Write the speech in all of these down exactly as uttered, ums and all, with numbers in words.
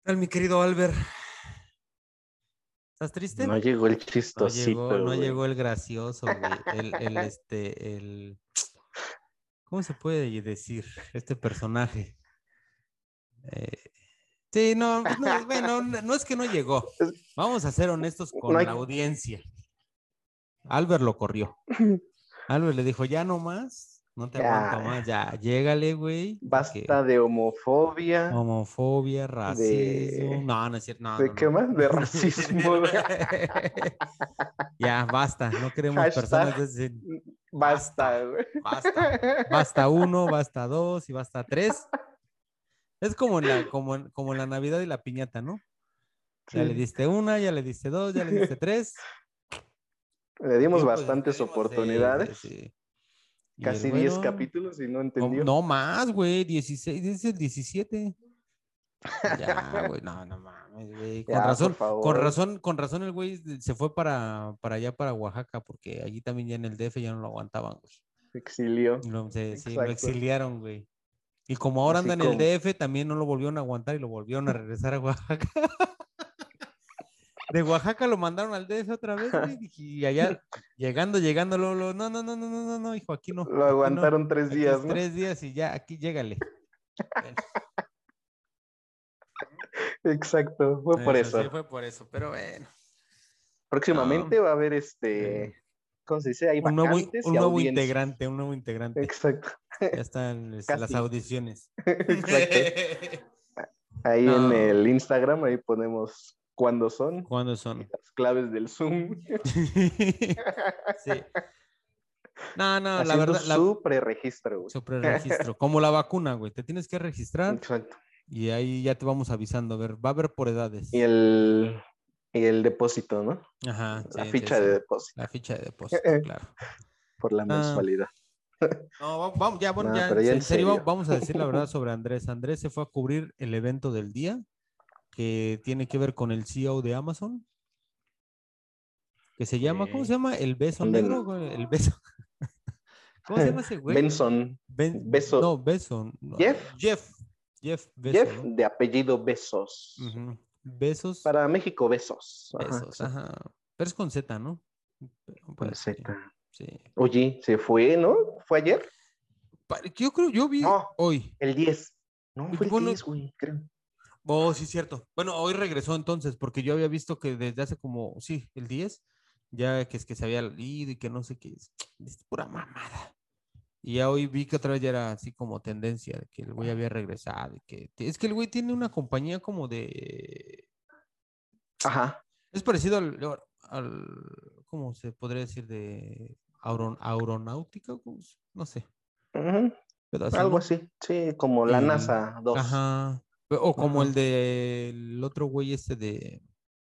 tal, mi querido Albert? ¿Estás triste? No llegó el No chistosito, llegó, no güey. llegó el gracioso, güey. El, el, este, el, ¿cómo se puede decir? Este personaje. Eh, sí, no, pues no, bueno, no es que no llegó. Vamos a ser honestos No con hay... la audiencia. Albert lo corrió. Albert le dijo, ya no más, no te aguanto Ya, más, ya, llégale, güey, porque basta de homofobia, homofobia, racismo. de... No, no es cierto, no, no, ¿De qué no. más? De racismo. Ya, basta, no queremos personas Hashtag de ese. basta, Basta, güey. basta. Basta uno, basta dos y basta tres. Es como en la, como en, como en la Navidad y la piñata, ¿no? Ya le Sí. diste una, ya le diste dos, ya le diste tres. Le Y dimos tiempo de, le bastantes dimos, sí, sí, oportunidades, sí. Y el casi diez güero, capítulos y no no, entendió. no más, güey, dieciséis, es el diecisiete. Ya, güey, no, no mames, güey. Con Ya, por razón, con favor, razón, con razón el güey se fue para, para allá, para Oaxaca, porque allí también ya en el D F ya no lo aguantaban, güey. exilio. Lo, se- sí, lo Exacto. exiliaron, güey. Y como ahora anda Así en el como... D F, también no lo volvieron a aguantar y lo volvieron a regresar a Oaxaca. De Oaxaca lo mandaron al D F otra vez, güey. Y allá, llegando, llegando, lo, lo- no, no, no, no, no, no, no, hijo, aquí no, Lo aquí no. aguantaron tres Aquí días, es ¿no? tres días y ya, aquí llégale. Bueno, Exacto, fue por eso sí eso. fue por eso, pero bueno. No, Próximamente va a haber eh, este, ¿cómo se dice? Hay un nuevo, vacantes y un nuevo audiencia. integrante, un nuevo integrante. Exacto, Ya están este, las casting. audiciones. Exacto. Ahí en No, el Instagram, ahí ponemos cuándo son ¿cuándo y son? las claves del Zoom. Sí. No, no, la Haciendo verdad, la, su preregistro, güey. su preregistro, como la vacuna, güey, te tienes que registrar Exacto. y ahí ya te vamos avisando, a ver, va a haber por Y edades. el, y el depósito, ¿no? Ajá, La sí, sí, ficha de sí. depósito. La ficha de depósito, claro. Por la No, mensualidad. no, va- vamos, ya, bueno, No, ya, pero ya en en serio, va- serio. vamos a decir la verdad sobre Andrés. Andrés se fue a cubrir el evento del día que tiene que ver con el C E O de Amazon, que se llama, ¿cómo se Eh, llama? El beso negro, ¿dónde? güey, el beso. ¿Cómo se llama ese güey? Benson. Ben, Beso. no, Beso. No, Jeff. Jeff. Jeff Beso, Jeff ¿no? de apellido Besos. Ujú. Besos, Para México, Besos. Ajá, besos, exacto. ajá. Pero es con Z, ¿no? Pero, Con pero Z. sí, sí. Oye, se fue, ¿no? ¿Fue ayer? Pa- Yo creo, yo vi No, hoy. el diez. No, fue el Bueno, diez, güey, creo. oh, sí, cierto. Bueno, hoy regresó entonces, porque yo había visto que desde hace como, sí, el diez, ya que es que se había ido y que no sé qué es. Es pura mamada. Y ya hoy vi que otra vez ya era así como tendencia, de que el güey había regresado y que es que el güey tiene una compañía como de. Ajá. Es parecido al, al ¿cómo se podría decir? De auron- aeronáutica, ¿cómo se- no sé, Ujú, pero así, algo ¿no? así. Sí, como la Y, NASA dos. ajá, o como el Ajá. del otro güey este de,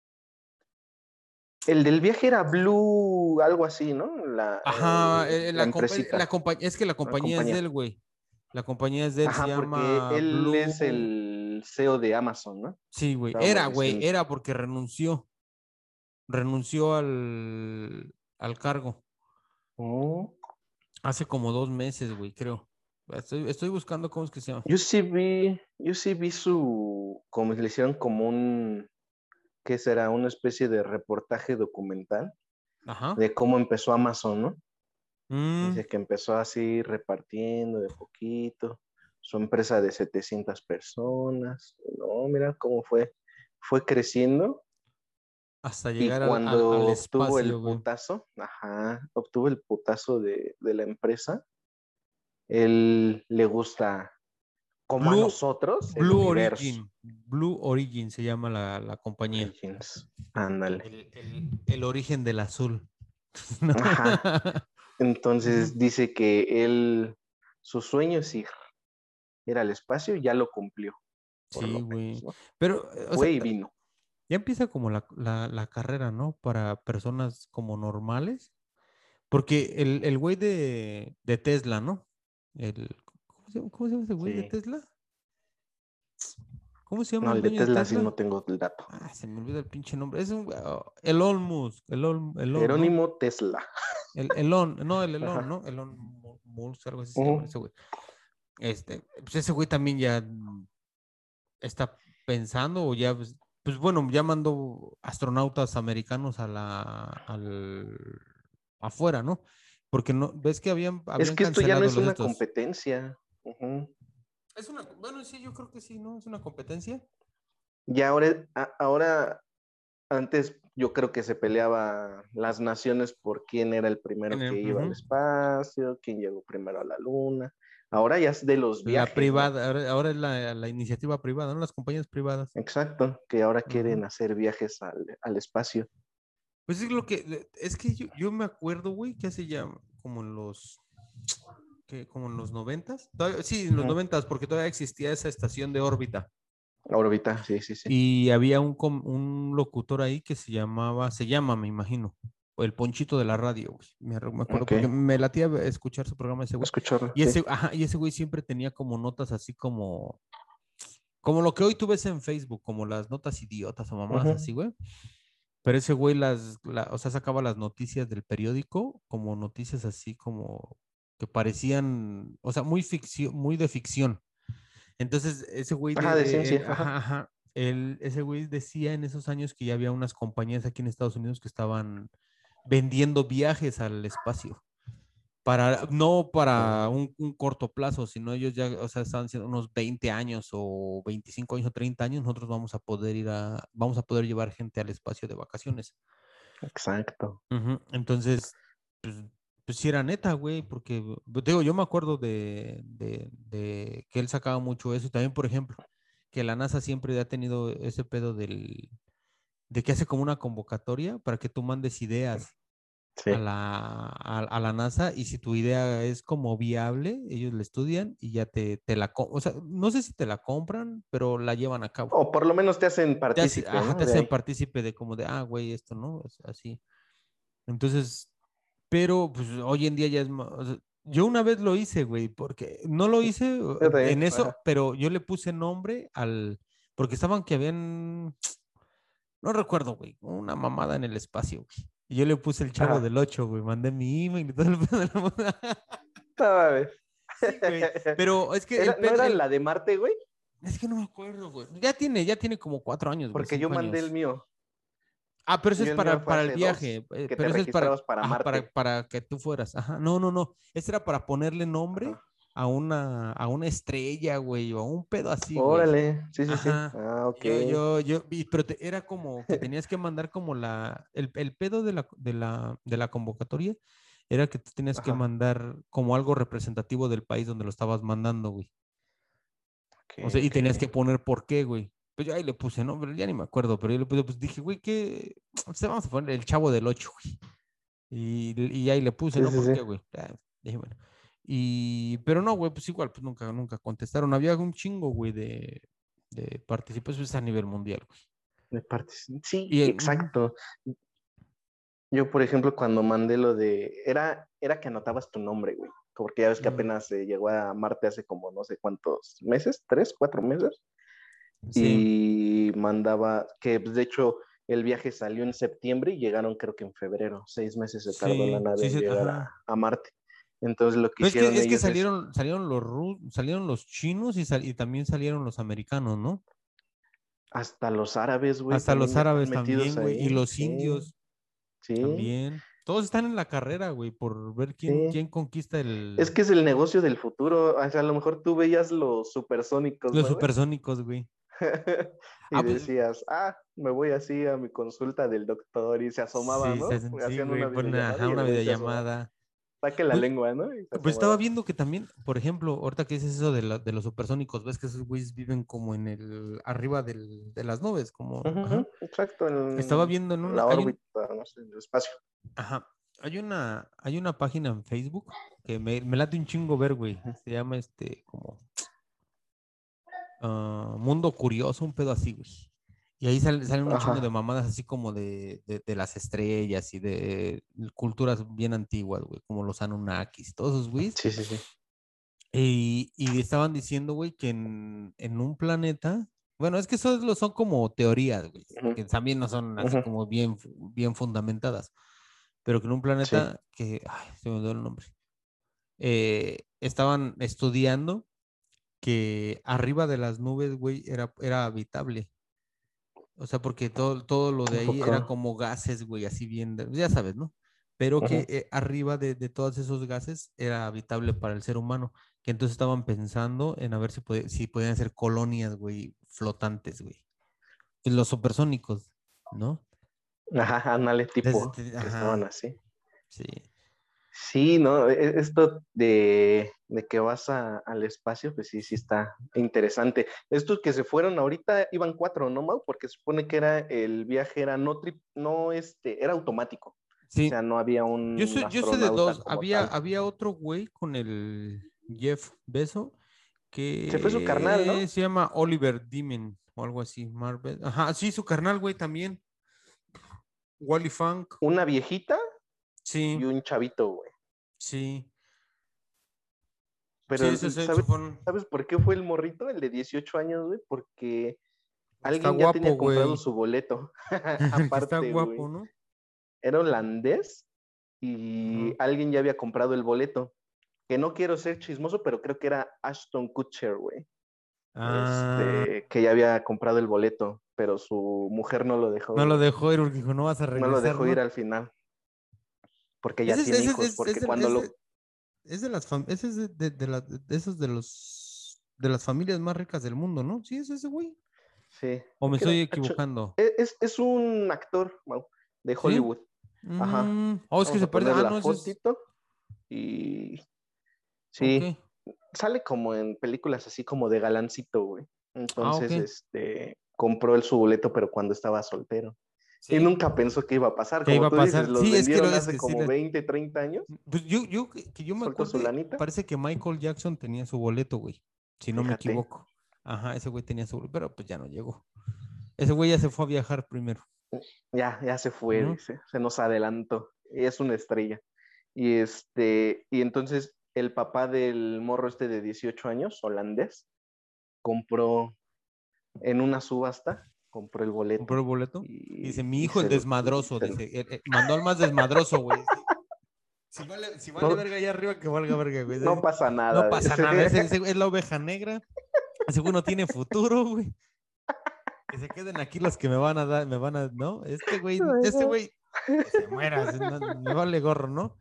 El del viaje era Blue, algo así, ¿no? La, ajá, el- eh, la la, compa- la empresita, compa- es que la la compañía es compañía. del güey, la compañía es de él, se Ajá, porque llama él es Blue, el C E O de Amazon, ¿no? sí, güey, Estábamos era, güey, diciendo. era porque renunció, renunció al, al cargo. Oh. Hace como dos meses, güey, creo. Estoy, estoy buscando cómo es que se llama. Yo sí vi, yo sí vi su, como le hicieron como un, ¿qué será? Una especie de reportaje documental Ajá. de cómo empezó Amazon, ¿no? Mm, Dice que empezó así repartiendo de poquito, su empresa de setecientas personas. No, mira cómo fue, fue creciendo hasta y llegar al, al, al cuando obtuvo el espacio, güey. putazo, ajá, obtuvo el putazo de, de la empresa, él le gusta, como a Blue, nosotros, el Blue universo. Origin. Blue Origin se llama la, la compañía. Origins, ándale. El, el, el origen del azul. ¿No? Ajá. Ujú. Entonces dice que él, su sueño es ir, ir al espacio y ya lo cumplió, por Sí, lo menos, güey. ¿no? Pero, eh, o sea, Fue y vino. ya empieza como la, la, la carrera, ¿no? Para personas como normales. Porque el, el güey de, de Tesla, ¿no? El, ¿cómo se, llama- cómo se llama ese güey de Sí. Tesla? ¿Cómo se llama No, el el de dueño de Tesla sí Tesla? no tengo el dato. Ah, se me olvida el pinche nombre. Es un oh, Elon Musk, Elon, Elon, ¿no? Jerónimo Tesla. El Elon, no, el Elon, Ajá. ¿no? Elon Mu- Musk, algo así se llama ese Ujú. güey. Este, pues ese güey también ya mm, está pensando o ya, pues, pues bueno, ya mandó astronautas americanos a la, al, afuera, ¿no? Porque no, ves que habían, Es habían que esto ya no cancelado es los una estos. competencia. Ujú. Es una, bueno, sí, yo creo que sí, ¿no? Es una competencia. Ya ahora, a- ahora, antes yo creo que se peleaba las naciones por quién era el primero En el- que iba al ujú. espacio, quién llegó primero a la luna. Ahora ya es de los La viajes, ¿no? privada, ahora, ahora es la, la iniciativa privada, ¿no? Las compañías privadas. Exacto, que ahora Ujú. quieren hacer viajes al, al espacio. Pues es lo que, es que yo, yo me acuerdo, güey, que hace ya como en los, que como en los noventas, todavía- sí, en los Ujú. noventas, porque todavía existía esa estación de órbita. Órbita, sí, sí, sí. Y había un, com- un locutor ahí que se llamaba, se llama, me imagino, el Ponchito de la radio, güey. Me, re- me acuerdo Ok, porque me latía escuchar su programa ese güey. escucharlo, Y sí. ese, ajá, y ese güey siempre tenía como notas así como, como lo que hoy tú ves en Facebook, como las notas idiotas o mamadas Ujú. así, güey. Pero ese güey las, la- o sea, sacaba las noticias del periódico como noticias así como que parecían, o sea, muy ficción, muy de ficción. Entonces, ese güey Ajá, de, de de- ciencia, él, ajá. ajá, ajá, él- ese güey decía en esos años que ya había unas compañías aquí en Estados Unidos que estaban vendiendo viajes al espacio. Para, no para Ok. un, un corto plazo, sino ellos ya, o sea, estaban diciendo unos veinte años o veinticinco años o treinta años, nosotros vamos a poder ir a, vamos a poder llevar gente al espacio de vacaciones. Exacto. Ujú. Entonces, pues, pues sí era neta, güey, porque, pues, digo, yo me acuerdo de, de, de que él sacaba mucho eso. Y también, por ejemplo, que la NASA siempre ha tenido ese pedo del, de que hace como una convocatoria para que tú mandes ideas a Sí. la, a, a la NASA y si tu idea es como viable, ellos la estudian y ya te, te la, co- o sea, no sé si te la compran, pero la llevan a cabo. O por lo menos te hacen Te hace, partícipe, ajá, te ¿no? De hacen ahí. partícipe de como de, ah, güey, esto, ¿no? Es así. Entonces, pero pues hoy en día ya es más, o sea, yo una vez lo hice, güey, porque no lo hice uh, Yo también, en eso, ajá. pero yo le puse nombre al, porque estaban que habían, no recuerdo, güey, una mamada en el espacio, güey. Y yo le puse el Chavo Ajá. del Ocho, güey, mandé mi email y todo el pedo de la mamada. No mames. Sí, güey, pero es que el Era, ¿no pedo, era el, la de Marte, güey? es que no me acuerdo, güey. Ya tiene, ya tiene como cuatro años, güey, Porque yo cinco mandé el años. mío. Ah, pero eso es Yo el mío para, fue para el hace dos, viaje, eh, que te pero eso es para, registrabas para ajá, para, Marte. para que tú fueras. Ajá, no, no, no. Ese era para ponerle nombre Ajá. a una, a una estrella, güey, o a un pedo así, güey. Órale, sí, sí, sí. Ajá. Ah, ok. Yo, yo, yo, y- pero te- era como que tenías que mandar como la, el, el pedo de la, de la, de la convocatoria era que tú tenías que Ajá. mandar como algo representativo del país donde lo estabas mandando, güey. Ok, O sea, y ok. tenías que poner por qué, güey. Pues yo ahí le puse, ¿no? Pero ya ni me acuerdo, pero yo le puse, pues dije, güey, ¿qué? O sea, vamos a poner el Chavo del Ocho, güey. Y, y ahí le puse, Sí, ¿no? sí, ¿Por sí. qué, güey? Ya, dije, bueno. Y, pero no, güey, pues igual, pues nunca, nunca contestaron. Había un chingo, güy, de, de participaciones a nivel mundial, güey. De partes- Sí, Y, eh, ujú, exacto. Yo, por ejemplo, cuando mandé lo de... Era, era que anotabas tu nombre, güey. Porque ya ves que mm, apenas se llegó a Marte hace como no sé cuántos meses, tres, cuatro meses. sí, Y mandaba, que pues, de hecho el viaje salió en septiembre y llegaron creo que en febrero. Seis meses se tardó la sí, nave sí, en sí, llegar a, ajá. a Marte. Entonces lo que Pero es que, hicieron es que ellos es salieron, salieron los ru- salieron los chinos y, sal- y también salieron los americanos, ¿no? hasta los árabes, güey, Hasta también los ya están árabes metidos también, güey, y ahí. los Sí, indios sí, también. Todos están en la carrera, güey, por ver quién, sí. quién conquista Es el, que es el negocio del futuro. O sea, a lo mejor tú veías los supersónicos, los ¿no, güey? supersónicos, güey. Y Ah, pues decías, ah, me voy así a mi consulta del doctor y se asomaba, sí, se ¿no? hacen- sí, Hacían güey, una ponen videollamada ajá, y el una güey se asomaba. videollamada. Saque la Pues, lengua, ¿no? Y se pues estaba asomaba. viendo que también, por ejemplo, ahorita que dices eso de, la- de los supersónicos, ves que esos güeyes viven como en el, arriba del, de las nubes, como, ajá. Ujú, exacto, Estaba en viendo en una, la hay un, órbita, no sé, en el espacio. ajá, hay una, hay una página en Facebook que me, me late un chingo ver, güey. Ujú. Se llama este, como ah, Mundo Curioso, un pedo así, güey. Y ahí sal- salen un chingo de Ajá, mamadas así como de, de, de las estrellas y de culturas bien antiguas, güey, como los Anunnakis, todos esos güeyes. sí, sí, sí. Y, y estaban diciendo, güey, que en, en un planeta, bueno, es que eso lo son como teorías, güey, Ujú, que también no son así ujú, como bien, bien fundamentadas, pero que en un sí, planeta que, ay, se me olvidó el nombre, eh, estaban estudiando que arriba de las nubes, güey, era, era habitable. O sea, porque todo, todo lo de Un ahí era poco. como gases, güey, así bien, de- ya sabes, ¿no? Pero que Ujú. eh, arriba de, de todos esos gases era habitable para el ser humano, que entonces estaban pensando en a ver si, puede- si podían hacer colonias, güey, flotantes, güey. Y los supersónicos, ¿no? Ajá, ándale, Desde- tipo, te- que estaban ajá, así. sí. Sí, ¿no? E- Esto de, de que vas a- al espacio, pues sí, sí está interesante. Estos que se fueron ahorita iban cuatro, ¿no, Mau? Porque se supone que era el viaje era no trip, no este, era automático. O Sí, sea, no había yo un sé, yo sé de astronauta dos. como Había, tal. había otro güey con el Jeff Bezos Se fue su carnal, que ¿no? se llama Oliver Dimen o algo así. Marvel. Ajá, sí, su carnal, güey, también. Wally Funk. Una viejita y Sí, un chavito, güey. sí. Sí, Pero, ese se ¿sabes, fueron. ¿sabes por qué fue el morrito, el de dieciocho años, güey? Porque Porque está alguien ya guapo, tenía comprado güey. su boleto. El que está Aparte, guapo, güey. ¿no? Era holandés Ajá. y alguien ya había comprado el boleto. Que no quiero ser chismoso, pero creo que era Ashton Kutcher, güey. Ah, Este, que ya había comprado el boleto, pero su mujer no lo no dejó, lo güey. dejó ir porque dijo, no vas a No lo regresar, dejó ir ¿no? al final, porque ya Ese es, tiene ese es, hijos, es, es porque de, cuando es de- lo... es de las fam- ese es de, de, de la- de esos de los de las familias más ricas del mundo, ¿no? Sí, es ese güey. Sí, ¿O me que estoy era Acho- equivocando? es, es es un actor, Mau, de ¿Sí? Hollywood. Ajá. Mm, oh, es que Vamos se a parece. poner Ah, la no, ese es. fotito y Ok. sí, sale como en películas así como de galancito, güey. Ah, ok. Entonces, este, compró el su boleto, pero cuando estaba soltero. Y Sí. nunca pensó que iba a pasar. ¿Qué iba Como a tú dices, pasar? los Sí, es que lo vendieron es hace que sí. como le- veinte, treinta años. Pues yo, yo que que yo me Suelto su acuerde, lanita. parece que Michael Jackson tenía su boleto, güey. Si no me Fíjate. equivoco. Ajá, ese güey tenía su boleto, pero pues ya no llegó. Ese güey ya se fue a viajar primero, Ya, ya se fue, ¿no? dice. Se nos adelantó. Es una estrella. Y este, y entonces el papá del morro este de dieciocho años, holandés, compró en una subasta, compró el Compró el boleto boleto y dice, y, mi y hijo el se, y desmadroso, se- dice, eh, eh, mandó al más desmadroso, güey. Dice, Si vale, si vale no, verga allá arriba, que valga verga, güey. no Dice, pasa no nada. pasa Dice. nada, ese, ese es la oveja negra, ese güey no tiene futuro, güey. Que se queden aquí los que me van a dar, me van a, ¿no? Este güey, Ay, este no. güey, que se muera, así, no, me vale gorro, ¿no?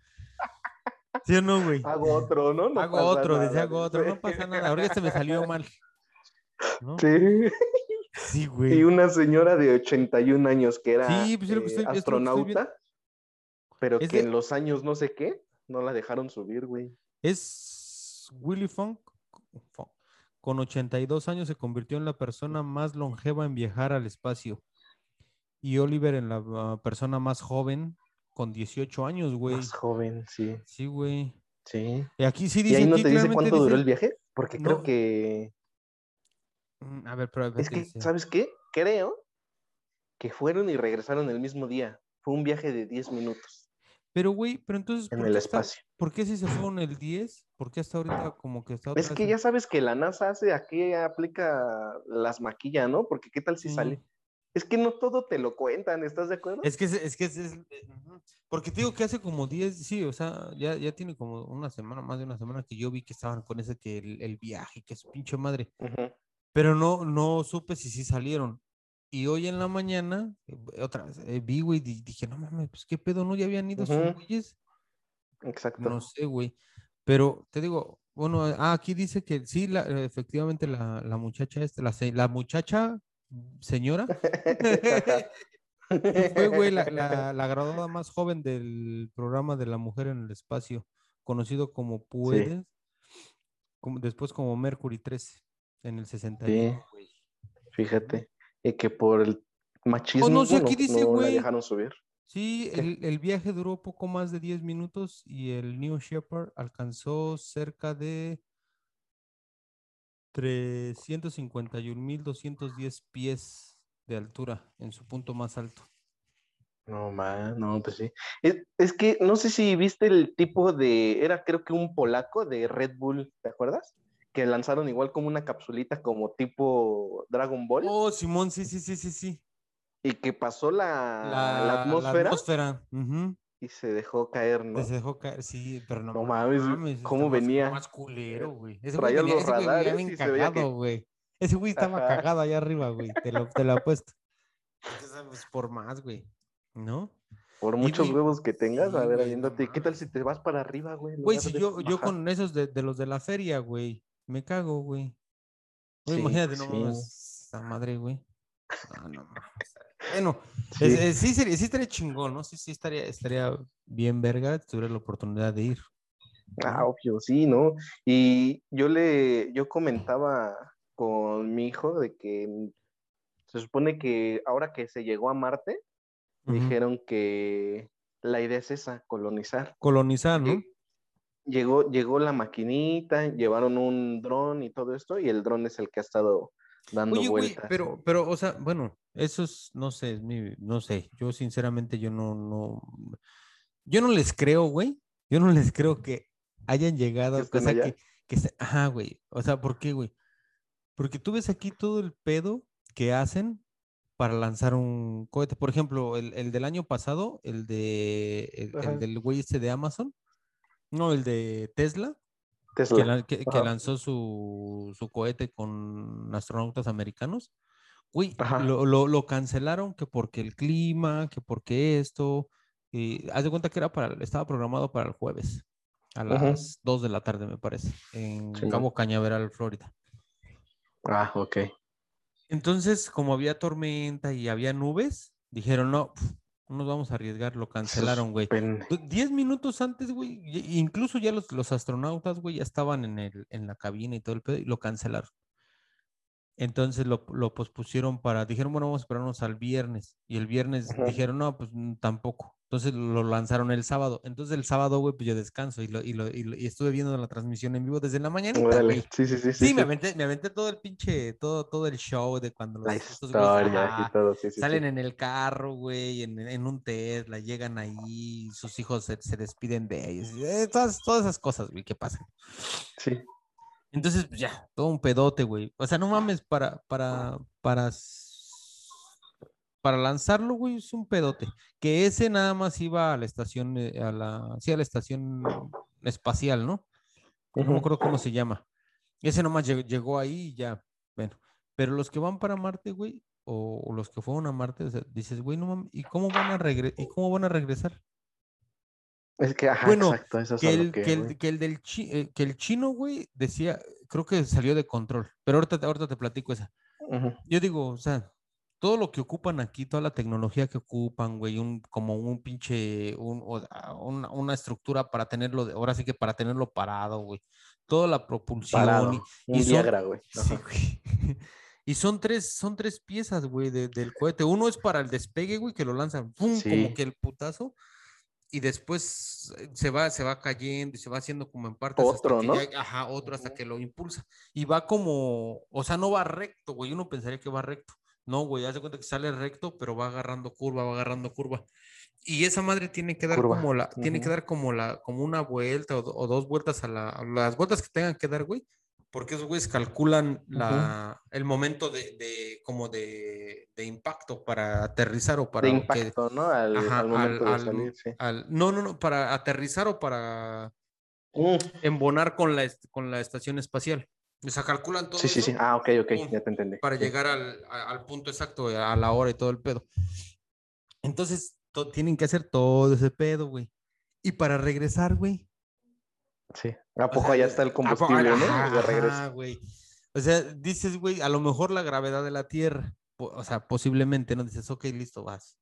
¿Sí o no, güey? Hago otro, ¿no? No Hago pasa otro, decía nada. hago otro, Dice. no pasa nada. Ahorita se me salió mal, ¿no? Sí. Sí, Y güey. una señora de ochenta y un años que era Sí, pues es lo que eh, estoy, es lo que estoy viendo. astronauta, pero Es que de, en los años no sé qué, no la dejaron subir, güey. es Willy Funk, Funk, con ochenta y dos años se convirtió en la persona más longeva en viajar al espacio. Y Oliver en la uh, persona más joven con dieciocho años, Más güey. joven, sí, Sí, güey. sí. Y aquí sí Y dice, ahí no aquí te dice claramente cuánto duró el dice, viaje, porque creo no, que, mm, a ver, pero es te que, dice, ¿sabes qué? Creo que fueron y regresaron el mismo día. Fue un viaje de diez minutos pero güey, pero entonces, en ¿por el qué está, espacio. por qué si se fueron el diez? ¿Por qué hasta ahorita como que está otra Es vez que en... ya sabes que la NASA hace, aquí aplica las maquillas, ¿no? Porque ¿qué tal si Sí. sale? Es que no todo te lo cuentan, ¿estás de acuerdo? Es que es, es que es, es- eh, ujú. Porque te digo que hace como diez sí, o sea, ya, ya tiene como una semana, más de una semana que yo vi que estaban con ese que el, el viaje, que su pinche madre, Ujú, pero no, no supe si sí salieron. Y hoy en la mañana, eh, otra vez, eh, vi, güey, di- dije, no mames, pues qué pedo, ¿no? Ya habían ido sus ujú, güeyes. No exacto. sé, güey. Pero te digo, bueno, ah, aquí dice que sí, la, eh, efectivamente la, la muchacha esta, la, se- la muchacha señora, Ajá. sí fue, güey, la, la, la graduada más joven del programa de la mujer en el espacio, conocido como Sí, Puedes, como, después como Mercury trece, en el sesenta y sí, uno güey. Ujú. fíjate. Y que por el Oh, no, sí, machismo aquí no, dice, no la güey. dejaron subir. Sí, ¿Qué? el, el viaje duró poco más de diez minutos y el New Shepard alcanzó cerca de trescientos cincuenta y un mil doscientos diez pies de altura en su punto más alto. No, man, no, pues sí. Es, es que no sé si viste el tipo de, era creo que un polaco de Red Bull, ¿te acuerdas? Que lanzaron igual como una capsulita como tipo Dragon Ball Oh, Simón, sí, sí, sí, sí, sí. y que pasó la, la La, la atmósfera atmósfera. Ujú. y se dejó caer, Se ¿no? dejó caer, sí, pero no No mames, mames, está ¿cómo más, venía? más culero, Eh, güey. Ese güey traía venía, los ese güey venía radares bien y se veía cagado, que, güey. Ese güey estaba ajá, cagado allá arriba, güey. Te lo, te lo apuesto. Porque sabes, por más, güey. ¿No? por Y, muchos y- huevos que tengas, a sí, ver, güey, no aviéndote. ¿Qué tal mames. si te vas para arriba, güey, en Güey, lugar si de yo, yo bajar? con esos de, de los de la feria, güey, me cago, güey. Güey, Sí, imagínate, pues no sí, mames, esa madre, güey. No, no mames. Bueno, es- sí. es- sí, sería, sí estaría chingón, ¿no? Sí, sí, estaría, estaría bien verga si tuviera la oportunidad de ir, Ah, ¿no? obvio, sí, ¿no? Y yo le, yo comentaba con mi hijo de que se supone que ahora que se llegó a Marte, Ujú. dijeron que la idea es esa, colonizar. Colonizar, ¿no? Lle- Llegó, llegó la maquinita, llevaron un dron y todo esto, y el dron es el que ha estado dando Oye, güey, vueltas. pero, pero, o sea, bueno, eso es, no sé, es mi, no sé, yo sinceramente, yo no, no, yo no les creo, güey, yo no les creo que hayan Que llegado, o estén sea, allá. que, que, se- ajá, güey, o sea, ¿por qué, güey? Porque tú ves aquí todo el pedo que hacen para lanzar un cohete. Por ejemplo, el, el del año pasado, el de, el, el Ajá. del güey este de Amazon, no, el de Tesla, que, Tesla. lan- que, que Ajá. lanzó su, su cohete con astronautas americanos. Güey, Ajá. lo, lo, lo cancelaron que porque el clima, que porque esto. Y haz de cuenta que era para, estaba programado para el jueves, a Ujú. las dos de la tarde, me parece, en Simón. Cabo Cañaveral, Florida. Ah, ok. Entonces, como había tormenta y había nubes, dijeron, no, pf, no nos vamos a arriesgar, lo cancelaron, güey. Suspende. Du- Diez minutos antes, güey, y- incluso ya los, los astronautas, güey, ya estaban en el, en la cabina y todo el pedo, y lo cancelaron. Entonces lo, lo pospusieron para, dijeron, bueno, vamos a esperarnos al viernes. Y el viernes Ujú. dijeron, no, pues mm, tampoco. Entonces lo lanzaron el sábado. Entonces el sábado, güey, pues yo descanso y, lo, y, lo, y, lo- y estuve viendo la transmisión en vivo desde la mañanita, Órale. güey. Sí, sí, sí, sí, Sí, me sí. aventé, me aventé todo el pinche, todo, todo el show de cuando La los, estos güeyes, historia y ajá, todo, sí, sí, sí. salen en el carro, güey, en, en un Tesla, llegan ahí, sus hijos se, se despiden de ellos, eh, todas, todas esas cosas, güey, que pasan. Sí. Entonces, pues ya, todo un pedote, güey. O sea, no mames, para, para, para, s- para lanzarlo, güey, es un pedote. Que ese nada más iba a la estación, eh, a la, sí, a la estación espacial, ¿no? No me Ujú. acuerdo cómo se llama. Ese nomás llegó, llegó ahí y ya, bueno. Pero los que van para Marte, güey, o, o los que fueron a Marte, o sea, dices, güey, no mames, ¿y cómo van a regre- ¿y cómo van a regresar? Es que, ajá, Bueno, exacto, eso es a que lo el, que que voy. el, que el del chi- eh, que el chino, güey, decía, creo que salió de control, pero ahorita, ahorita te platico esa. Ujú. Yo digo, o sea, todo lo que ocupan aquí, toda la tecnología que ocupan, güey, un, como un pinche, un, o- a- una, una estructura para tenerlo, de- ahora sí que para tenerlo parado, güey, toda la propulsión y, Parado. y Un son, Viagra, güey. sí, Ajá. güey, y son tres, son tres piezas, güey, de- del cohete. Uno es para el despegue, güey, que lo lanzan, ¡pum!, como Sí. que el putazo, y después eh, se va, se va cayendo y se va haciendo como en partes hasta Otro, que ya, ¿no? ajá, otro hasta Ujú. que lo impulsa. Y va como, o sea, no va recto, güey. Uno pensaría que va recto. No, güey, haz de cuenta que sale recto, pero va agarrando curva, va agarrando curva. Y esa madre tiene que dar Curva. como la, tiene que Ujú. dar como la, como una vuelta o, do- o dos vueltas a, la, a las vueltas que tengan que dar, güey. Porque esos güeyes calculan Ujú. la, el momento de, de como de, de impacto para aterrizar o De para que, impacto, ¿no? Al, ajá, al al, momento de al, salir, sí. al, no, no, no, para aterrizar o para Mm. embonar con la, est- con la estación espacial. O sea, calculan Sí, todo sí, sí. eso, Ah, ok, ok, pum, ya te entendí. para Sí, llegar al, a- al punto exacto, a la hora y todo el pedo. Entonces, to- tienen que hacer todo ese pedo, güey. Y para regresar, güey. sí. ¿A O poco sea, allá eh, está el a po- combustible, ¿no? ajá, De regreso. ajá, güey. O sea, dices, güey, a lo mejor la gravedad de la Tierra, po- o sea, posiblemente, ¿no? Dices, ok, listo, vas.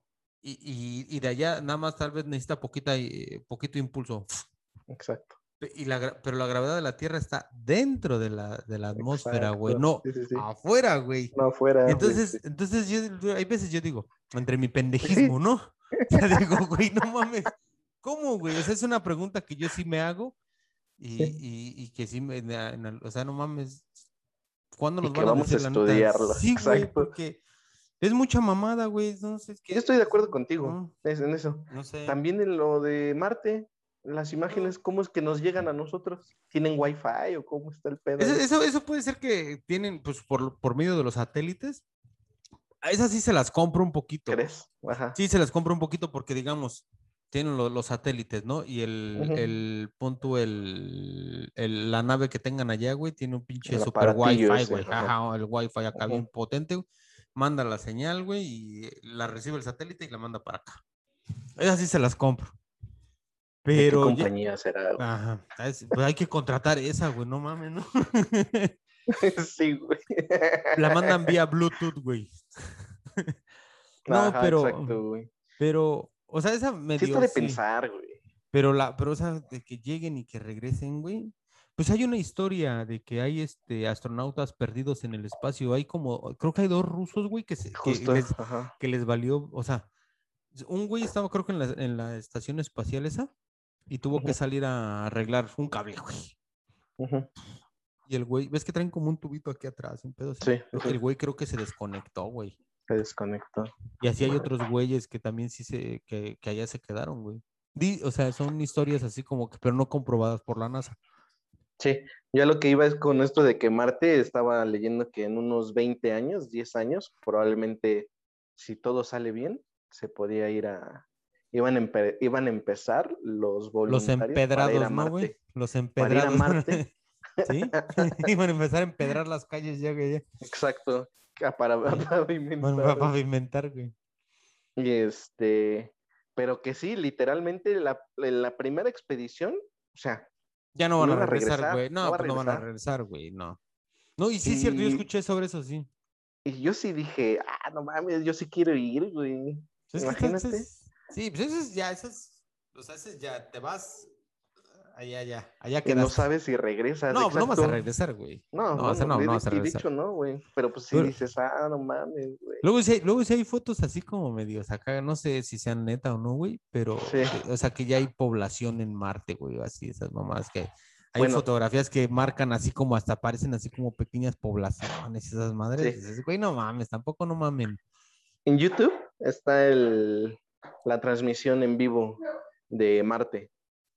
Y, y, y de allá nada más tal vez necesita poquita, eh, poquito impulso. Exacto, Pe- Y la, gra- pero la gravedad de la Tierra está dentro de la, de la atmósfera, güey, exacto. no Sí, sí, sí. afuera, güey. No fuera de, Entonces, de- entonces yo, yo- hay veces yo digo, entre mi Pues sí. pendejismo, ¿no? O sea, digo, güey, no mames, ¿cómo, güey? O sea, es una pregunta que yo sí me hago y, Sí. y, y que sí me, en en- o sea, no mames, ¿cuándo Y nos que van a vamos a decir la neta? estudiarlo. Sí, güey, Exacto. porque es mucha mamada, güey, no sé, es Yo que, estoy de acuerdo contigo no, es- en eso. no sé. También en lo de Marte, las imágenes, ¿cómo es que nos llegan a nosotros? ¿Tienen wifi o cómo está el pedo Eso, ahí? eso, eso puede ser que tienen, pues, por, por medio de los satélites. A esas sí se las compro un poquito. ¿Crees? Ajá. Sí se las compro un poquito porque, digamos, tienen lo- los satélites, ¿no? Y el, Ujú. el punto, el, el- la nave que tengan allá, güey, tiene un pinche El super aparatillo wifi, ese, güey. ajá. Ajá, el wifi acá Ujú. bien potente, güey. Manda la señal, güey, y la recibe el satélite y la manda para acá. Esas sí se las compro. ¿De qué Pero, ya- compañía será, güey? ajá, es- pues hay que contratar esa, güey, no mames, ¿no? Sí, güey. La mandan vía Bluetooth, güey. No, Ajá, pero, exacto, güey. pero, o sea, esa Sí está medio de sí. pensar, güey. Pero la, pero o sea, de que lleguen y que regresen, güey. Pues hay una historia de que hay este astronautas perdidos en el espacio. Hay como, creo que hay dos rusos, güey, que, se, que Justo, les, ajá. que les valió, o sea, un güey estaba creo que en la, en la estación espacial esa y tuvo que Ujú, salir a arreglar un cable, güey. ujú. Y el güey, ves que traen como un tubito aquí atrás, un pedo así. Sí, sí, sí, El güey creo que se desconectó, güey. se desconectó. Y así hay otros güeyes que también sí se, que, que allá se quedaron, güey. Di- O sea, son historias así como que, pero no comprobadas por la NASA. Sí, ya lo que iba es con esto de que Marte, estaba leyendo que en unos veinte años, diez años, probablemente, si todo sale bien, se podía ir a, iban a, empe- iban a empezar los Los voluntarios para ir a empedrados, ¿no, güey? Marte, Los para ir a empedrados. Marte, ¿Sí? Iban a empezar a empedrar las calles ya, güey. Ya. exacto, ca- para Sí. Bueno, pavimentar. para pavimentar, güey. Y este, pero que sí, literalmente la, la primera expedición, o sea, Ya no van no a iba a regresar, regresar, güey. no No, va a pues no van a regresar. regresar, güey, no. No, y sí es cierto, yo Y escuché sobre eso, sí. Y yo sí dije, ah, no mames, yo sí quiero ir, güey. Es que estás, Imagínate. es- sí, pues eso es ya, eso es, o sea, eso es ya, te vas allá, allá, allá Y no quedaste. sabes si regresas, No, no vas a exacto. regresar, güey. No, No, no, o sea, no. no, de- no de- vas a y de regresar. hecho no, güey. Pero pues sí Pero, dices, ah, no mames, güey. luego sí, hay- luego sí hay fotos así como medios acá, no sé si sean neta o no, güey, pero, Sí. que- o sea, que ya hay población en Marte, güey, así, esas mamás que hay, hay Bueno, fotografías que marcan así como hasta parecen así como pequeñas poblaciones, esas madres, sí. dices, güey, no mames, tampoco no mamen. En YouTube está el, la transmisión en vivo de Marte.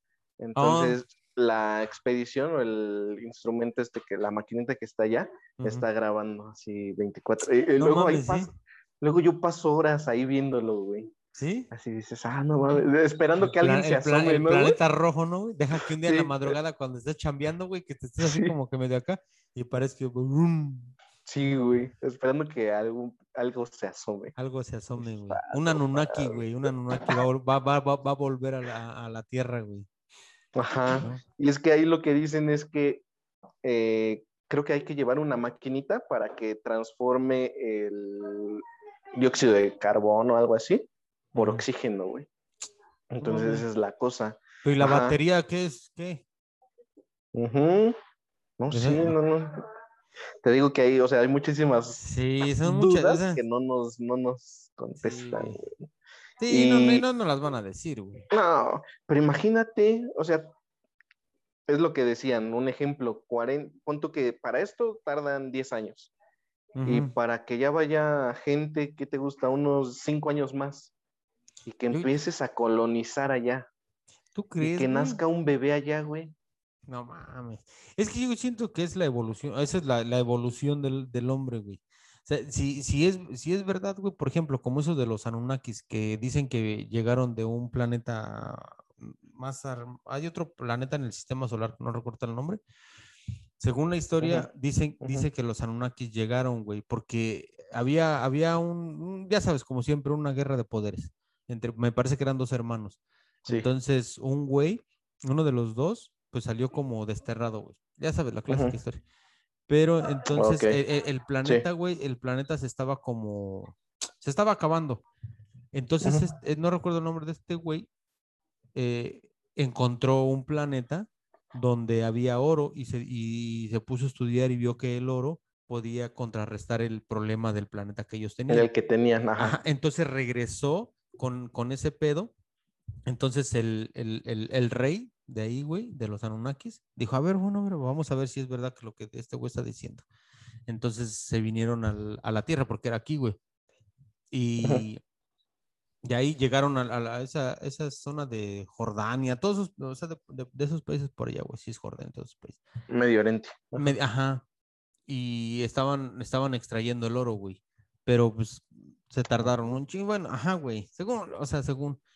Oh, Entonces, la expedición o el instrumento este que, la maquinita que está allá, ujú. está grabando así veinticuatro. Y, y No luego ahí mames, sí, paso, luego yo paso horas ahí viéndolo, güey. sí. Así dices, ah, no mames, esperando El, que alguien plan, se el, plan, asome, el ¿no, güey? planeta rojo, ¿no, güey? Deja que un día en la Sí, eh, madrugada cuando estés chambeando, güey, que te estés así sí, como que medio acá y parezca que brum, sí, güey, esperando que algo, algo se asome. algo se asome, Dices, güey. ah, Un no Anunnaki, mames. güey, un Anunnaki va, a vol- va, va, va, va a volver a la, a la Tierra, güey, Ajá, ¿no? y es que ahí lo que dicen es que eh, creo que hay que llevar una maquinita para que transforme el dióxido de carbono o algo así por Ujú. oxígeno, güey. No Entonces mames. esa es la cosa. Pero ¿y la Ajá. batería qué es? ¿Qué? Ujú. No, sí, Esa- no, no. Te digo que hay, o sea, hay muchísimas Sí, son muchas, o dudas sea, que no nos, no nos sí, contestan. güey. Sí, no, no, y Y no nos las van a decir, güey. no, pero imagínate, o sea, es lo que decían, un ejemplo, cuarenta, punto que para esto tardan diez años y Ujú. para que ya vaya gente, ¿qué te gusta? Unos cinco años más y que Yo- empieces a colonizar allá ¿Tú y crees, que güey? nazca un bebé allá, güey. No mames. Es que yo siento que es la evolución, esa es la, la evolución del, del hombre, güey. O sea, si, si es, si es verdad, güey, por ejemplo, como eso de los Anunnakis, que dicen que llegaron de un planeta más... ar- Hay otro planeta en el sistema solar, no recuerdo el nombre. Según la Ujú, historia, dicen, ujú. dice que los Anunnakis llegaron, güey, porque había, había un, un- ya sabes, como siempre, una guerra de poderes. Entre, me parece que eran dos hermanos. Sí. Entonces, un güey, uno de los dos, pues salió como desterrado, güey. Ya sabes, la Ujú. clásica historia. Pero Ok, entonces el, el- el sí. planeta, güey, el planeta se estaba como, se estaba acabando. Entonces, Ujú. este, no recuerdo el nombre de este güey, eh, encontró un planeta donde había oro y se, y se puso a estudiar y vio que el oro podía contrarrestar el problema del planeta que ellos tenían. El que tenían, Ajá, ajá. entonces regresó con, con ese pedo. Entonces el, el, el, el rey de ahí, güey, de los Anunnakis, dijo, a ver, bueno, pero vamos a ver si es verdad que lo que este güey está diciendo. Entonces se vinieron al, a la Tierra porque era aquí, güey. Ujú. Y de ahí llegaron a, a, a esa, esa zona de Jordania, todos esos, o sea, de, de, de esos países por allá, güey, sí es Jordania, todos esos países. Medio Oriente. Ajá. Me, ajá, y estaban, estaban extrayendo el oro, güey, pero pues se tardaron un chingo, bueno, ajá, güey, según, o sea, según.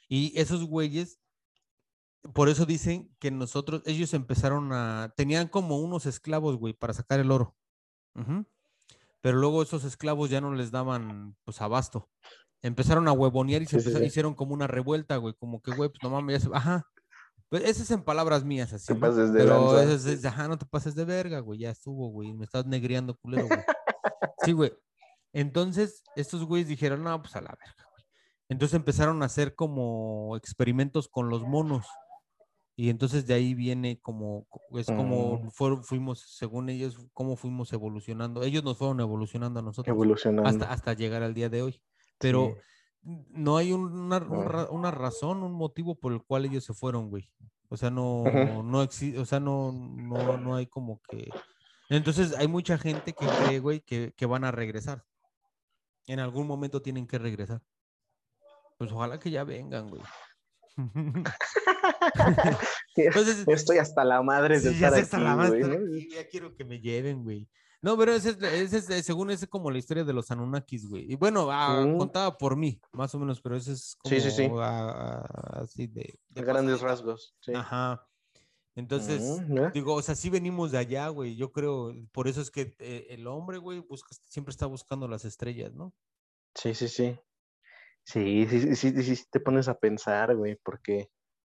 Y esos güeyes, por eso dicen que nosotros, ellos empezaron a, tenían como unos esclavos, güey, para sacar el oro. Uh-huh. Pero luego esos esclavos ya no les daban, pues, abasto. Empezaron a huevonear y se Sí, sí, empezaron, sí. hicieron como una revuelta, güey, como que, güey, pues no mames, ya se... Ajá. Pues ese es en palabras mías, Te así, ¿no? pases de Pero lanza. eso es, Sí. es, ajá, no te pases de verga, güey, ya estuvo, güey, me estás negreando, culero, güey. Sí, güey. Entonces, estos güeyes dijeron, no, pues a la verga, güey. Entonces empezaron a hacer como experimentos con los monos. Y entonces de ahí viene como, es como Mm, fueron, fuimos, según ellos, cómo fuimos evolucionando. Ellos nos fueron evolucionando a nosotros hasta, evolucionando. hasta llegar al día de hoy. Pero Sí. no hay una, un Mm. ra- una razón, un motivo por el cual ellos se fueron, güey. O sea, Ujú. no, no existe, o sea, no, no, no hay como que. Entonces hay mucha gente que cree, güey, que, que van a regresar. En algún momento tienen que regresar. Pues ojalá que ya vengan, güey. Entonces, Estoy hasta la madre de sí, ya estar sé hasta la aquí, más güey, estar ¿no? aquí, ya quiero que me lleven, güey. No, pero ese es, ese es, eh, según ese, como la historia de los Anunnakis, güey. Y bueno, ah, Mm, contada por mí, más o menos, pero ese es sí, sí, sí. como ah, ah, así de, de A grandes pasadita. rasgos, sí. Ajá. Entonces, Mm, mira. digo, o sea, sí venimos de allá, güey. Yo creo, por eso es que eh, el hombre, güey, busca, siempre está buscando las estrellas, ¿no? Sí, sí, sí. Sí, sí, sí, sí, sí, sí te pones a pensar, güey, porque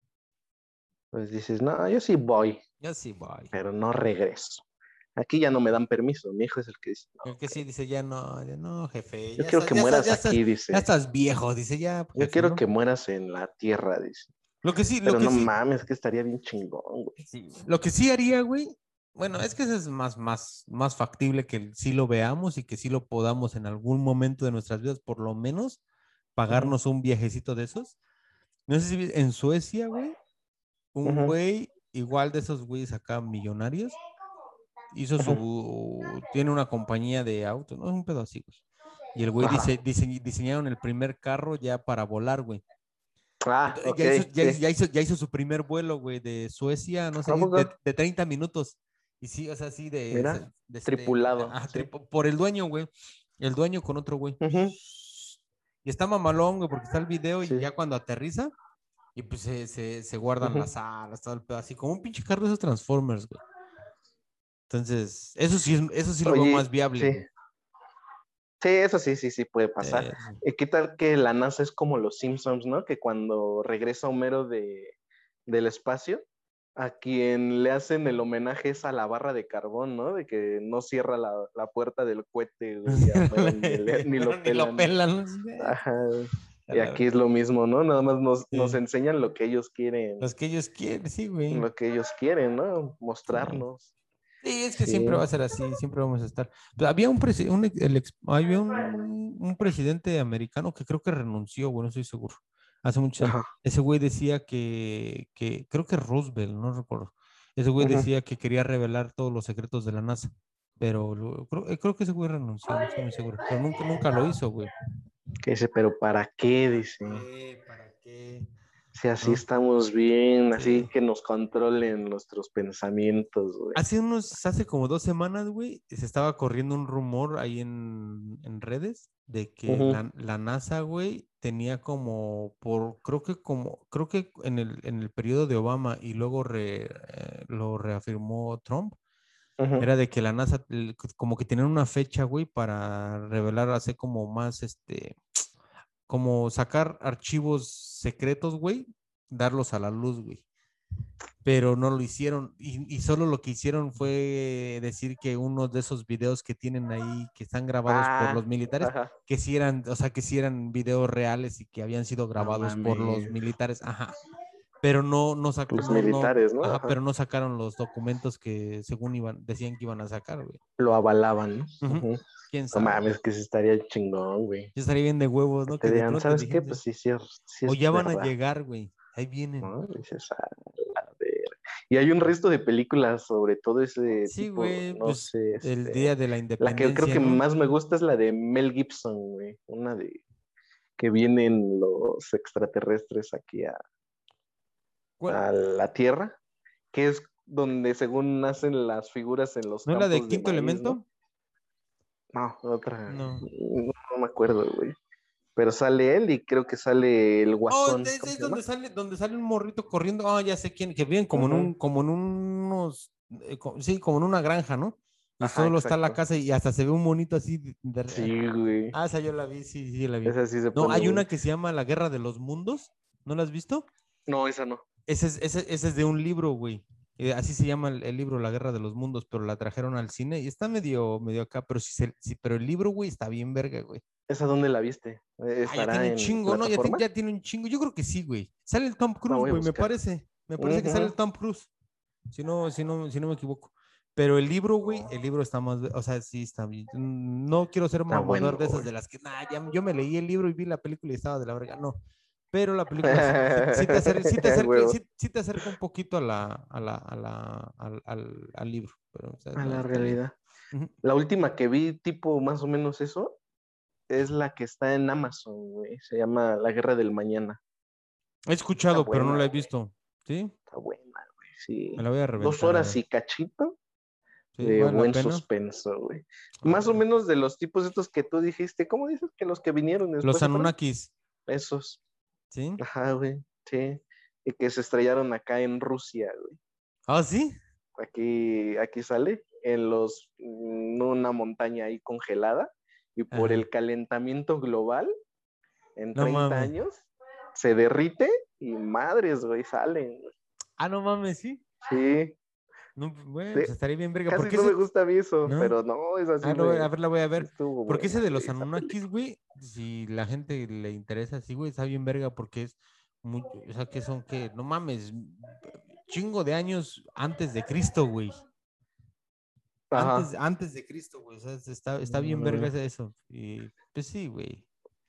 pues dices, no, yo sí voy, Ya sí, voy. pero no regreso. Aquí ya no me dan permiso. Mi hijo es el que dice, no, El que ok. sí dice, ya no, ya no, jefe, Yo ya quiero estás, que ya estás, mueras ya estás, aquí, ya dice. estás viejo, dice, ya, Yo jefe, quiero ¿no? que mueras en la tierra, dice. Lo que sí, lo Pero que no sí, mames, que estaría bien chingón, güey. sí, lo que sí haría, güey, bueno, es que eso es más, más, más factible que sí lo veamos y que sí lo podamos en algún momento de nuestras vidas, por lo menos, Ujú, pagarnos un viajecito de esos. No sé si vi- en Suecia, güey, un ujú, güey, igual de esos güeyes acá millonarios, hizo ujú. su, tiene una compañía de autos, no es un pedo así, güey. Y el güey Ajá. dice, dise- diseñaron el primer carro ya para volar, güey. Ah, Entonces, ok, ya hizo, ya, hizo, sí. ya, hizo, ya hizo su primer vuelo, güey, de Suecia, no ¿A sé, poco? de, de treinta minutos. Y sí, o sea, sí, de, Mira, de este, tripulado, ah, sí. por el dueño, güey. El dueño con otro, güey. Ujú, Y está mamalón, güey, porque está el video y sí. ya cuando aterriza, y pues se, se, se guardan Ujú. las alas, todo el pedo, así como un pinche carro de esos Transformers, güey. Entonces, eso sí, es, eso sí lo veo más Oye, viable, sí. güey. Sí, eso sí, sí, sí puede pasar. Eh, sí. Eh, ¿Qué tal que la NASA es como los Simpsons, ¿no? Que cuando regresa Homero de, del espacio, a quien le hacen el homenaje es a la barra de carbón, ¿no? De que no cierra la, la puerta del cohete, güey, a Homero ni, le- ni lo Ni lo pelan. pelan, ¿no? Ajá. A Y la aquí vez. es lo mismo, ¿no? Nada más nos, nos Sí. enseñan lo que ellos quieren, Los que ellos quieren, sí, güey. lo que ellos quieren, ¿no? Sí. Mostrarnos. Sí, es que siempre va Sí. a ser así, siempre vamos a estar. Pero había un, presi- un, ex- el ex- había un, un presidente americano que creo que renunció, bueno, no estoy seguro, hace muchos años. Ajá. Ese güey decía que, que, creo que Roosevelt, no recuerdo. Ese güey Ujú. decía que quería revelar todos los secretos de la NASA, pero lo- creo, eh, creo que ese güey renunció, no estoy muy seguro, pero nunca, nunca lo hizo, güey. Que dice, pero ¿para qué? ¿Para Dice. qué? ¿Para qué? Si así ¿No? estamos bien, así Sí. que nos controlen nuestros pensamientos, güey. Hace unos, hace como dos semanas, güey, se estaba corriendo un rumor ahí en, en redes de que Ujú, la, la NASA, güey, tenía como por, creo que como, creo que en el, en el periodo de Obama y luego re- eh, lo reafirmó Trump, ujú, era de que la NASA el- como que tenían una fecha, güey, para revelar, hacer como más, este, como sacar archivos secretos, güey, darlos a la luz, güey, pero no lo hicieron y, y solo lo que hicieron fue decir que unos de esos videos que tienen ahí, que están grabados por los ah, militares, ajá. que sí eran, o sea, que sí eran videos reales y que habían sido No grabados por los mames. militares, ajá, pero no, no, sac- Los no, no, militares, ¿no? ajá, Ajá. pero no sacaron los documentos que según iban, decían que iban a sacar, güey. Lo avalaban, ¿no? Ujú. Ujú. ¿Quién No sabe? mames, que se estaría chingón, güey. Yo estaría bien de huevos, Que ¿no? te Que de digan, pronto ¿sabes qué? dijesen, Pues sí, sí, es, sí o es ya van a verdad, llegar, güey, ahí vienen. ¿no? Dices, a la verga. Y hay un resto de películas sobre todo ese Sí, tipo, güey, no pues sé, el este. día de la La que creo independencia, que ¿no? más me gusta es la de Mel Gibson, güey. Una de que vienen los extraterrestres aquí a, ¿Cuál? a la Tierra, que es donde según nacen las figuras en los ¿No es la de campos de Quinto maíz, ¿no? Elemento? No, otra, No. no, no me acuerdo, güey. pero sale él y creo que sale el Oh, Guasón, es, ¿cómo es se llama? donde sale, donde sale un morrito corriendo. Ah, ya sé quién, que viven como en Ujú. un, como en unos, eh, co- sí, como en una granja, ¿no? Y Ajá, solo está la exacto. casa y hasta se ve un monito así de, de- Sí, güey. Ah, esa yo la vi, sí, sí, la vi. Esa sí se No, pone hay buena. una que se llama La Guerra de los Mundos. ¿No la has visto? No, esa no. Ese es, ese, ese es de un libro, güey. Eh, así se llama el, el libro, La Guerra de los Mundos, pero la trajeron al cine y está medio, medio acá, pero sí, se- sí, pero el libro, güey, está bien verga, güey. ¿Esa dónde la viste? Eh, Ah, ya tiene ¿Estará un en chingo, ¿no? Ya, tiene- plataforma? ya tiene un chingo. Yo creo que sí, güey. Sale el Tom La Cruise, voy a güey, me buscar. parece. Me parece que sale el Ujú. Tom Cruise. Si no, si no, si no me equivoco. Pero el libro, güey, el libro está más, o sea, sí está bien. No quiero ser Está mamador bueno, de esas güey. de las que, nah, ya, yo me leí el libro y vi la película y estaba de la verga. No. Pero la película sí, sí, sí te acerca, sí te acerca, Huevo. sí, sí te acerca un poquito a la, a la, a la, al, al, al libro. Pero, o sea, A no, la está bien. realidad. Ujú. La última que vi, tipo más o menos eso, es la que está en Amazon, güey. Se llama La Guerra del Mañana. He Está escuchado, pero no buena, la he güey. visto. ¿Sí? Está buena, güey. Me Sí. la voy a Dos reventar, a horas ver. y cachito ¿Sí? de ¿Vale la buen pena? suspenso, güey. A Más o ver. menos de los tipos estos que tú dijiste. ¿Cómo dices que los que vinieron después Los se fueron? Anunnakis. Esos. ¿Sí? Ajá, güey. Sí. Y que se estrellaron acá en Rusia, güey. ¿Ah, sí? Aquí, aquí sale, en los, en una montaña ahí congelada, y por Ajá. el calentamiento global, en No treinta mames. años, se derrite y madres, güey, salen. Güey. Ah, no mames, sí. Sí, No, bueno, pues de- estaría bien verga. ¿Por casi qué no me ese? gusta a mí eso, ¿No? pero no, esa sí Ah, lo voy- a me, ver, la voy a sí ver. estuvo Porque ese buena, de los güey, esa Anunnakis, película. güey, si la gente le interesa así, güey, está bien verga porque es muy, o sea, que son que, no mames, chingo de años antes de Cristo, güey. Antes, Ajá. antes de Cristo, güey. O sea, está, está bien verga Mm, eso. Y pues sí, güey.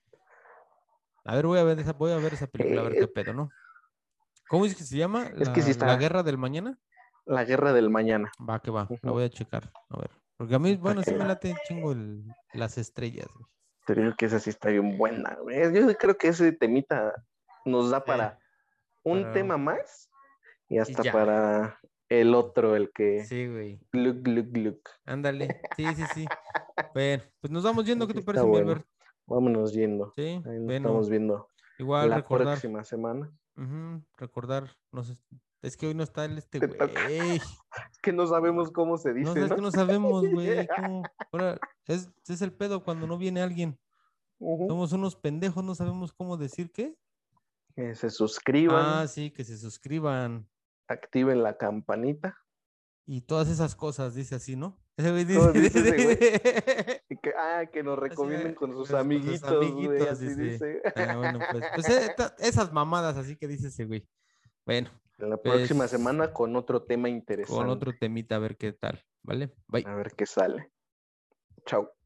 A ver, voy a ver esa, voy a ver esa película, a ver qué eh, pedo, ¿no? ¿Cómo es que se llama? es que sí ¿La, la está guerra del mañana? La Guerra del Mañana. Va, que va, la Ujú. voy a checar. A ver. Porque a mí, Para bueno, sí que me late chingo el- las estrellas, güey. te digo que esa sí está bien buena, güey. Yo creo que ese temita nos da Sí, para un para... tema más y Y hasta ya. para el otro, el que Sí, güey. gluk, gluk, gluk. Ándale. Sí, sí, sí. Bueno, pues nos vamos yendo. ¿Qué Sí te está parece, mi bueno. Albert? Vámonos yendo. Sí, Ahí nos bueno. estamos viendo Igual la recordar. próxima semana. Ujú, recordar. No sé. Es que hoy no está el este, Te toca. güey. Que no sabemos cómo se No, dice, sabes que ¿no? no sabemos, güey. ¿Cómo? Ahora, es, es el pedo cuando no viene alguien. Ujú. Somos unos pendejos, no sabemos cómo decir qué. Que se Ah, suscriban, sí, que se suscriban activen la campanita. y todas esas cosas, dice así, ¿no? Ese güey dice, ¿Cómo dice ese güey? dice- Y que, ah, que nos así, recomienden eh, con sus pues, con sus amiguitos, güey, amiguitos, así dice. dice. Ah, bueno, pues, pues eh, ta- esas mamadas, así que dice ese güey. Bueno, La próxima pues semana con otro tema con interesante. otro temita, a ver qué tal, ¿vale? Bye. A ver qué sale. Chao.